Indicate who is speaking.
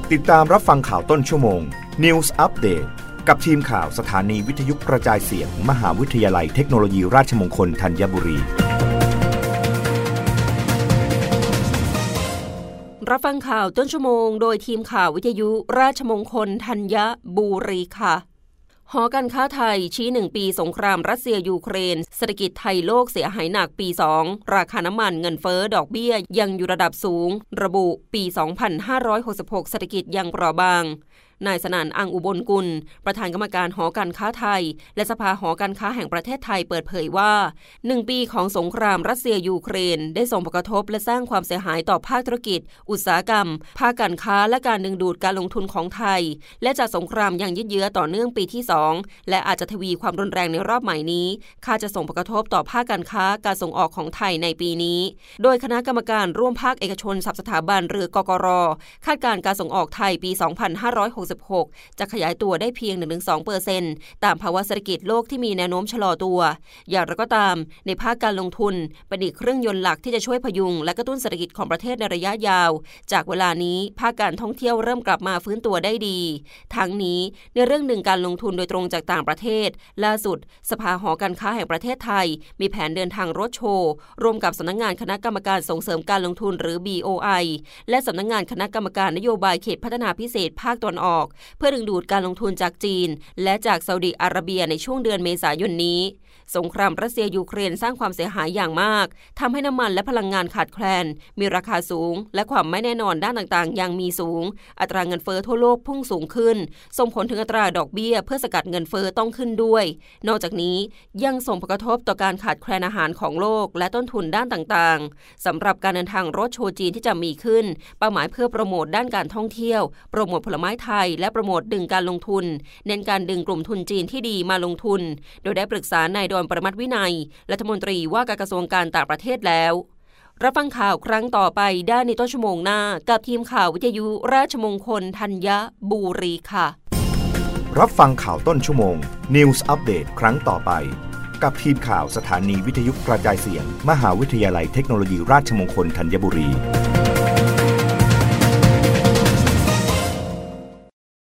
Speaker 1: ติดตามรับฟังข่าวต้นชั่วโมง News Update กับทีมข่าวสถานีวิทยุกระจายเสียง มหาวิทยาลัยเทคโนโลยีราชมงคลธัญบุรี
Speaker 2: รับฟังข่าวต้นชั่วโมงโดยทีมข่าววิทยุราชมงคลธัญบุรีค่ะหอการค้าไทยชี้1ปีสงครามรัสเซียยูเครนเศรษฐกิจไทยโลกเสียหายหนักปี2ราคาน้ำมันเงินเฟ้อดอกเบี้ยยังอยู่ระดับสูงระบุปี2566เศรษฐกิจยังเปราะบางนายสนั่น อังอุบลกุลประธานกรรมการหอการค้าไทยและสภาหอการค้าแห่งประเทศไทยเปิดเผยว่า1ปีของสงครามรัสเซียยูเครนได้ส่งผลกระทบและสร้างความเสียหายต่อภาคธุรกิจอุตสาหกรรมภาคการค้าและการดึงดูดการลงทุนของไทยและจากสงครามยังยืดเยื้อต่อเนื่องปีที่2และอาจจะทวีความรุนแรงในรอบใหม่นี้คาดจะส่งผลกระทบต่อภาคการค้าการส่งออกของไทยในปีนี้โดยคณะกรรมการร่วมภาคเอกชนสถาบันหรือกกร.คาดการณ์การส่งออกไทยปี2566จะขยายตัวได้เพียง 1-2% ตามภาวะเศรษฐกิจโลกที่มีแนวโน้มชะลอตัวอย่างไรก็ตามในภาคการลงทุนเป็นอีกเครื่องยนต์หลักที่จะช่วยพยุงและกระตุ้นเศรษฐกิจของประเทศในระยะยาวจากเวลานี้ภาคการท่องเที่ยวเริ่มกลับมาฟื้นตัวได้ดีทั้งนี้ในเรื่องหนึ่งการลงทุนโดยตรงจากต่างประเทศล่าสุดสภาหอการค้าแห่งประเทศไทยมีแผนเดินทางรถโชว์ร่วมกับสำนักงานคณะกรรมการส่งเสริมการลงทุนหรือ BOI และสำนักงานคณะกรรมการนโยบายเขตพัฒนาพิเศษภาคตะวันออกเพื่อดึงดูดการลงทุนจากจีนและจากซาอุดิอาระเบียในช่วงเดือนเมษายนนี้สงครามรัสเซียยูเครนสร้างความเสียหายอย่างมากทำให้น้ำมันและพลังงานขาดแคลนมีราคาสูงและความไม่แน่นอนด้านต่างๆยังมีสูงอัตราเงินเฟ้อทั่วโลกพุ่งสูงขึ้นส่งผลถึงอัตราดอกเบี้ยเพื่อสกัดเงินเฟ้อต้องขึ้นด้วยนอกจากนี้ยังส่งผลกระทบต่อการขาดแคลนอาหารของโลกและต้นทุนด้านต่างๆสำหรับการเดินทางรถโชว์จีนที่จะมีขึ้นเป้าหมายเพื่อโปรโมทด้านการท่องเที่ยวโปรโมทผลไม้ไทยและโปรโมทดึงการลงทุนเน้นการดึงกลุ่มทุนจีนที่ดีมาลงทุนโดยได้ปรึกษานายดอนปรมัตถ์วินัยรัฐมนตรีว่าการกระทรวงการต่างประเทศแล้วรับฟังข่าวครั้งต่อไปได้ในต้นชั่วโมงหน้ากับทีมข่าววิทยุราชมงคลธัญบุรีค่ะ
Speaker 1: รับฟังข่าวต้นชั่วโมง News Update ครั้งต่อไปกับทีมข่าวสถานีวิทยุกระจายเสียง มหาวิทยาลัยเทคโนโลยีราชมงคลธัญบุรี